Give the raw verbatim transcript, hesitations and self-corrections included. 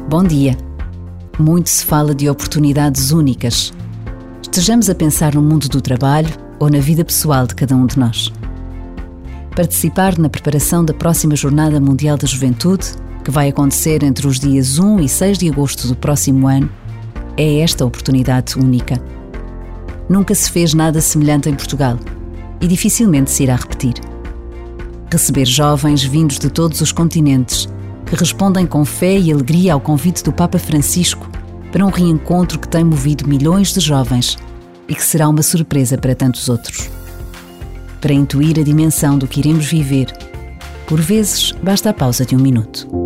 Bom dia. Muito se fala de oportunidades únicas. Estejamos a pensar no mundo do trabalho ou na vida pessoal de cada um de nós. Participar na preparação da próxima Jornada Mundial da Juventude, que vai acontecer entre os dias um e seis de agosto do próximo ano, é esta oportunidade única. Nunca se fez nada semelhante em Portugal e dificilmente se irá repetir. Receber jovens vindos de todos os continentes que respondem com fé e alegria ao convite do Papa Francisco para um reencontro que tem movido milhões de jovens e que será uma surpresa para tantos outros. Para intuir a dimensão do que iremos viver, por vezes basta a pausa de um minuto.